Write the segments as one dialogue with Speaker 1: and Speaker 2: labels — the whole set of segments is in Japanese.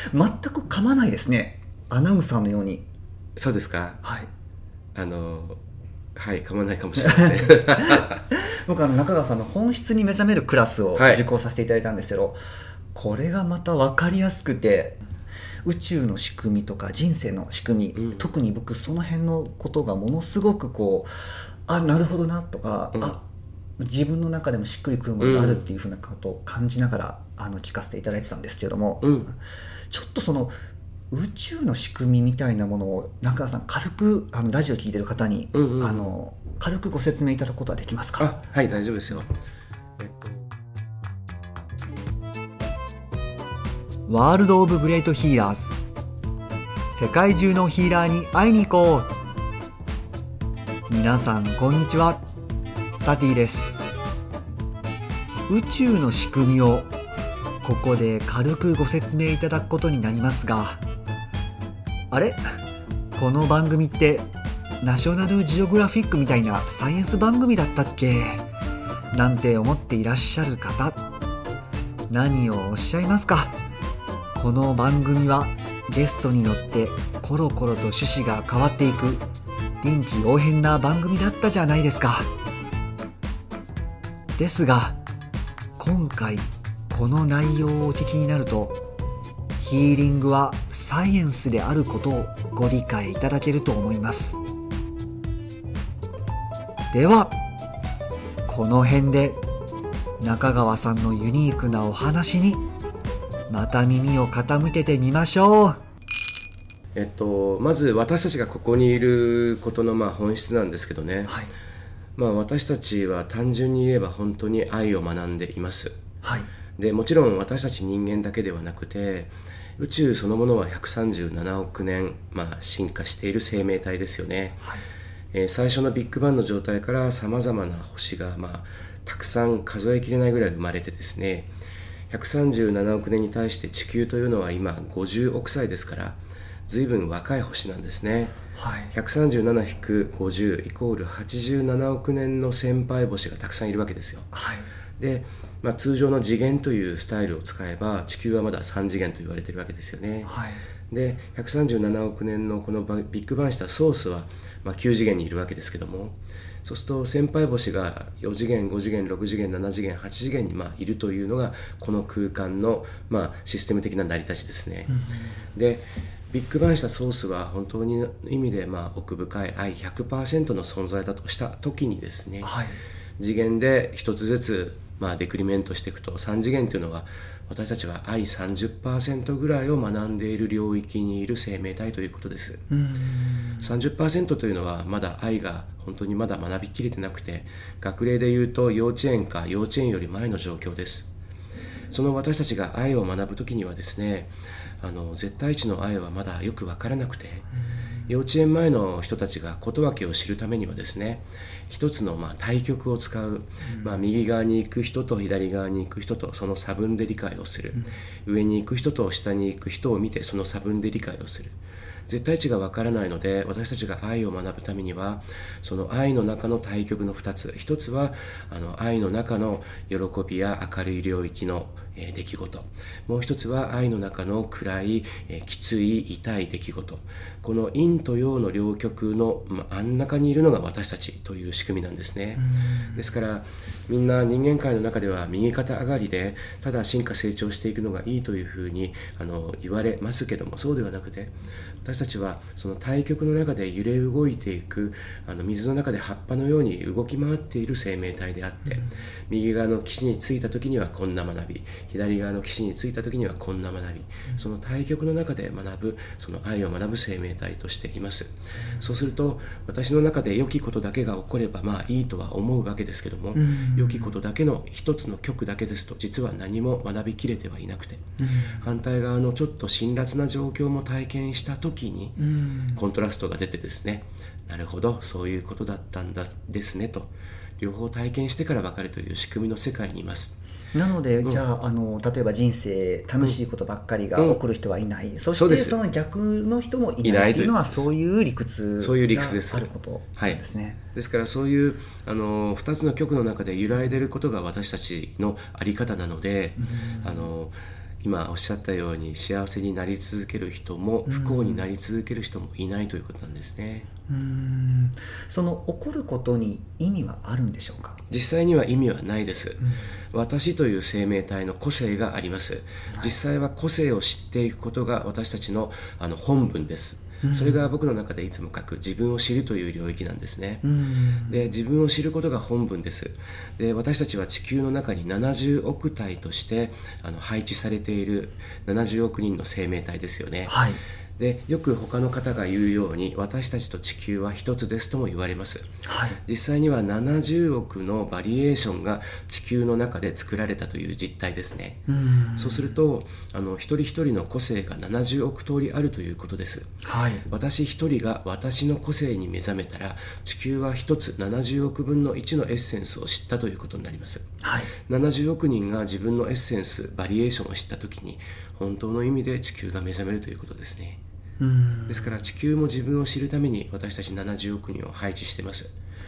Speaker 1: 全く噛まないですね、アナウンサーのように。
Speaker 2: そうですか。
Speaker 1: はい。
Speaker 2: はい、噛まないかもしれません
Speaker 1: 僕中川さんの本質に目覚めるクラスを
Speaker 2: はい
Speaker 1: 受講させていただいたんですけど、これがまた分かりやすくて、宇宙の仕組みとか人生の仕組み、特に僕その辺のことがものすごくなるほどなとか、自分の中でもしっくりくるものがあるっていうふうなことを感じながら聞かせていただいてたんですけれども、ちょっとその宇宙の仕組みみたいなものを中川さん軽くラジオ聞いてる方に、軽くご説明いただくことはできますか？
Speaker 2: はい、大丈夫ですよ。
Speaker 1: ワールド・オブ・グレート・ヒーラーズ、世界中のヒーラーに会いに行こう。皆さんこんにちは、サティです。宇宙の仕組みをここで軽くご説明いただくことになりますが、あれ、この番組ってナショナルジオグラフィックみたいなサイエンス番組だったっけなんて思っていらっしゃる方、何をおっしゃいますか？この番組はゲストによってコロコロと趣旨が変わっていく臨機応変な番組だったじゃないですか。ですが今回この内容をお聞きになると、ヒーリングはサイエンスであることをご理解いただけると思います。ではこの辺で中川さんのユニークなお話にまた耳を傾けてみましょう。
Speaker 2: まず私たちがここにいることの本質なんですけどね、
Speaker 1: はい。
Speaker 2: 私たちは単純に言えば本当に愛を学んでいます。
Speaker 1: はい。
Speaker 2: でもちろん私たち人間だけではなくて、宇宙そのものは137億年、進化している生命体ですよね。
Speaker 1: はい。
Speaker 2: 最初のビッグバンの状態からさまざまな星が、たくさん数えきれないぐらい生まれてですね、137億年に対して地球というのは今50億歳ですから、随分若い星なんですね。
Speaker 1: はい。
Speaker 2: 137-50イコール87億年の先輩星がたくさんいるわけですよ。
Speaker 1: はい。
Speaker 2: で、通常の次元というスタイルを使えば地球はまだ3次元と言われているわけですよね。
Speaker 1: はい。
Speaker 2: で137億年のこのビッグバンしたソースは、9次元にいるわけですけども、そうすると先輩星が4次元5次元6次元7次元8次元にいるというのがこの空間の、システム的な成り立ちですね。でビッグバンしたソースは本当に意味で、奥深い愛 100% の存在だとした時にですね、
Speaker 1: はい。
Speaker 2: 次元で一つずつデクリメントしていくと、3次元というのは私たちは愛 30% ぐらいを学んでいる領域にいる生命体ということです。30% というのはまだ愛が本当にまだ学びきれてなくて、学齢でいうと幼稚園か幼稚園より前の状況です。その私たちが愛を学ぶときにはですね、絶対値の愛はまだよく分からなくて、幼稚園前の人たちが事訳を知るためにはですね、一つの対極を使う、右側に行く人と左側に行く人とその差分で理解をする、上に行く人と下に行く人を見てその差分で理解をする。絶対値がわからないので、私たちが愛を学ぶためにはその愛の中の対極の2つ、一つは愛の中の喜びや明るい領域の出来事、もう一つは愛の中の暗いきつい痛い出来事、この陰と陽の両極の真ん中にいるのが私たちという仕組みなんですね。ですからみんな人間界の中では右肩上がりでただ進化成長していくのがいいというふうに言われますけども、そうではなくて、私たちはその対極の中で揺れ動いていく水の中で葉っぱのように動き回っている生命体であって、右側の岸に着いた時にはこんな学び、左側の岸に着いた時にはこんな学び、その対極の中で学ぶ、その愛を学ぶ生命体としています。そうすると私の中で良きことだけが起こればいいとは思うわけですけども、良きことだけの一つの極だけですと実は何も学びきれてはいなくて、反対側のちょっと辛辣な状況も体験した時にコントラストが出てですね、なるほどそういうことだったんですねと、両方体験してから分かるという仕組みの世界にいます。
Speaker 1: なので、じゃあ例えば人生楽しいことばっかりが起こる人はいない、そしてその逆の人もいないというのはそういう理屈があることなんですね。
Speaker 2: ですからそういう2つの極の中で揺らいでいることが私たちの在り方なので、 今おっしゃったように幸せになり続ける人も不幸になり続ける人もいないということなんですね。
Speaker 1: その起こることに意味はあるんでしょうか？
Speaker 2: 実際には意味はないです。私という生命体の個性があります。実際は個性を知っていくことが私たちの本分です。それが僕の中でいつも書く自分を知るという領域なんですね。で、自分を知ることが本分です。で、私たちは地球の中に70億体として配置されている70億人の生命体ですよね。
Speaker 1: はい。
Speaker 2: で、よく他の方が言うように私たちと地球は一つですとも言われます。
Speaker 1: はい。
Speaker 2: 実際には70億のバリエーションが地球の中で作られたという実態ですね。そうすると一人一人の個性が70億通りあるということです。
Speaker 1: はい。
Speaker 2: 私一人が私の個性に目覚めたら地球は一つ70億分の1のエッセンスを知ったということになります。
Speaker 1: はい。
Speaker 2: 70億人が自分のエッセンス、バリエーションを知ったときに本当の意味で地球が目覚めるということですね。ですから地球も自分を知るために私たち70億人を配置しています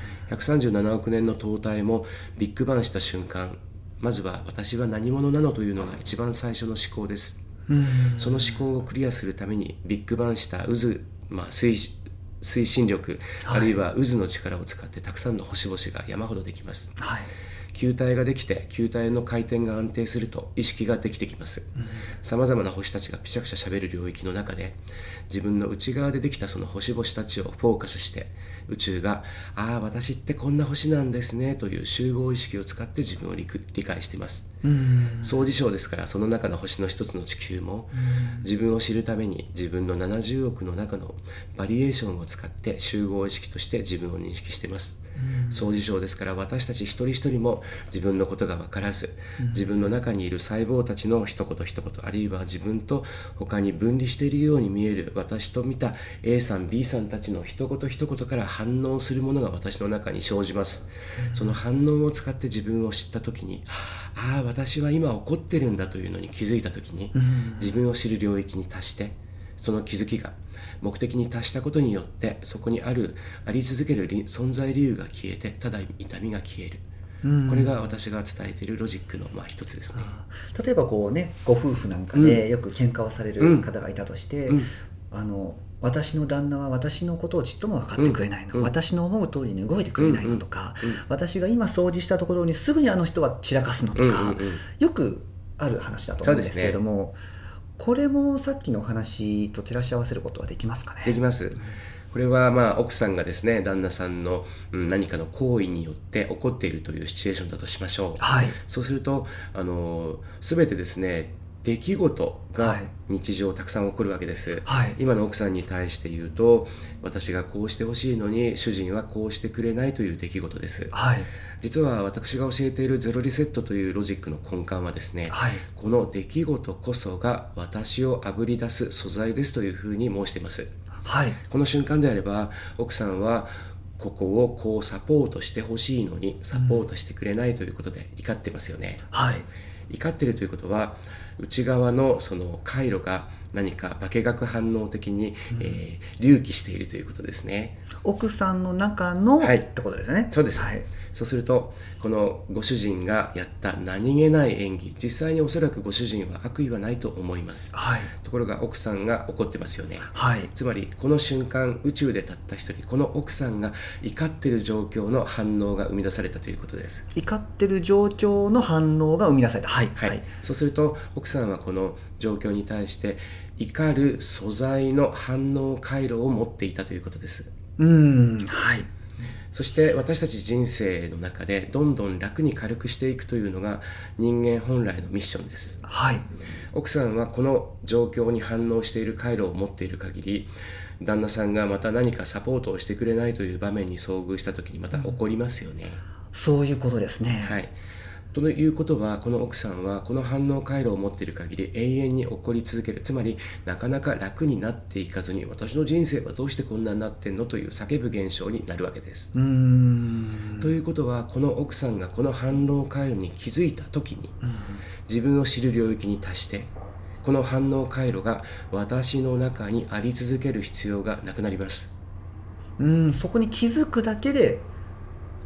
Speaker 2: 。137億年の淘汰もビッグバンした瞬間、まずは私は何者なのというのが一番最初の思考です。その思考をクリアするためにビッグバンした推進力、あるいは渦の力を使ってたくさんの星々が山ほどできます。はい。球体ができて球体の回転が安定すると意識ができてきます。さまざまな星たちがピシャピシャしゃべる領域の中で自分の内側でできたその星々たちをフォーカスして宇宙が私ってこんな星なんですねという集合意識を使って自分を理解しています。相似象ですから、その中の星の一つの地球も自分を知るために自分の70億の中のバリエーションを使って集合意識として自分を認識しています。相似象ですから、私たち一人一人も自分のことが分からず、自分の中にいる細胞たちの一言一言、あるいは自分と他に分離しているように見える私と見た A さん B さんたちの一言一言から反応するものが私の中に生じます。その反応を使って自分を知った時に、私は今起こってるんだというのに気づいた時に、自分を知る領域に達して、その気づきが目的に達したことによってそこにあり続ける存在理由が消えて、ただ痛みが消える。これが私が伝えているロジックの一つですね。
Speaker 1: 例えばご夫婦なんかでよく喧嘩をされる方がいたとして、私の旦那は私のことをちっとも分かってくれないの、私の思う通りに動いてくれないのとか、私が今掃除したところにすぐにあの人は散らかすのとか、よくある話だと思うんですけれども、これもさっきのお話と照らし合わせることはできますかね？
Speaker 2: できます。これは奥さんがですね、旦那さんの何かの行為によって起こっているというシチュエーションだとしましょう。はい、そうすると全てですね、出来事が日常たくさん起こるわけです。はい、今の奥さんに対して言うと、私がこうしてほしいのに主人はこうしてくれないという出来事です。はい、実は私が教えているゼロリセットというロジックの根幹はですね、この出来事こそが私をあぶり出す素材ですというふうに申しています。はい、この瞬間であれば奥さんはここをこうサポートしてほしいのにサポートしてくれないということで怒ってますよね。はい、怒っているということは内側のその回路が何か化学反応的に、隆起しているということですね。
Speaker 1: 奥さんの中の、ってことですね。
Speaker 2: そうです。はい、そうするとこのご主人がやった何気ない演技、実際におそらくご主人は悪意はないと思います。はい、ところが奥さんが怒ってますよね。はい、つまりこの瞬間宇宙でたった一人、この奥さんが怒っている状況の反応が生み出されたということです。
Speaker 1: 怒っている状況の反応が生み出された。はい、
Speaker 2: はい、そうすると奥さんはこの状況に対して怒る素材の反応回路を持っていたということです。はい。そして私たち人生の中でどんどん楽に軽くしていくというのが人間本来のミッションです。はい、奥さんはこの状況に反応している回路を持っている限り、旦那さんがまた何かサポートをしてくれないという場面に遭遇した時にまた怒りますよね。
Speaker 1: そういうことですね。
Speaker 2: はい。ということは、この奥さんはこの反応回路を持っている限り永遠に起こり続ける。つまりなかなか楽になっていかずに、私の人生はどうしてこんなになってんのという叫ぶ現象になるわけです。ということは、この奥さんがこの反応回路に気づいた時に自分を知る領域に達して、この反応回路が私の中にあり続ける必要がなくなります。
Speaker 1: そこに気づくだけで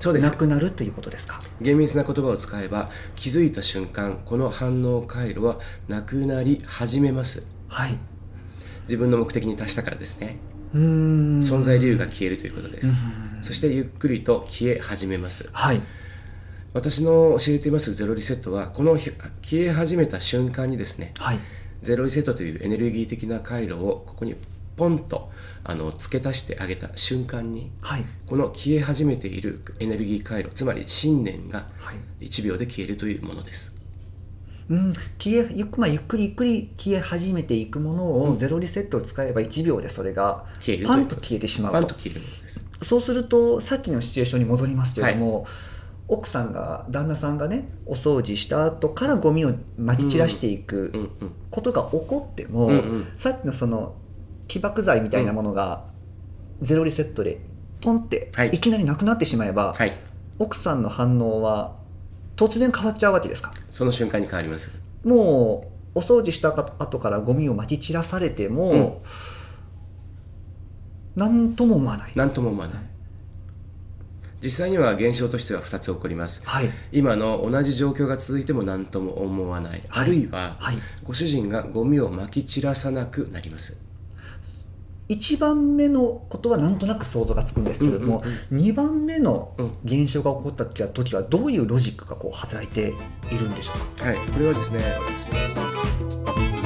Speaker 2: そうです。
Speaker 1: なくなるということですか。
Speaker 2: 厳密な言葉を使えば、気づいた瞬間この反応回路はなくなり始めます。
Speaker 1: はい。
Speaker 2: 自分の目的に達したからですね。存在理由が消えるということです。そしてゆっくりと消え始めます。
Speaker 1: はい。
Speaker 2: 私の教えていますゼロリセットは、この消え始めた瞬間にですね、
Speaker 1: はい、
Speaker 2: ゼロリセットというエネルギー的な回路をここにポンと付け足してあげた瞬間に、
Speaker 1: はい、
Speaker 2: この消え始めているエネルギー回路、つまり信念が1秒で消えるというものです。
Speaker 1: ゆっくり消え始めていくものをゼロリセットを使えば1秒でそれがパンと消えてしまうと。
Speaker 2: パンと消えるものです。
Speaker 1: そうするとさっきのシチュエーションに戻りますけれども、奥さんが旦那さんがねお掃除した後からゴミをまき散らしていくことが起こっても、さっきのその起爆剤みたいなものがゼロリセットでポンっていきなりなくなってしまえば、奥さんの反応は突然変わっちゃうわけですか。
Speaker 2: その瞬間に変わります。
Speaker 1: もうお掃除した後からゴミをまき散らされても、何とも思わない。
Speaker 2: 何とも思わない。実際には現象としては2つ起こります。今の同じ状況が続いても何とも思わない。あるいは、ご主人がゴミをまき散らさなくなります。
Speaker 1: 1番目のことはなんとなく想像がつくんですけれども、2番目の現象が起こった時はどういうロジックがこう働いているんでしょうか。
Speaker 2: これはですね、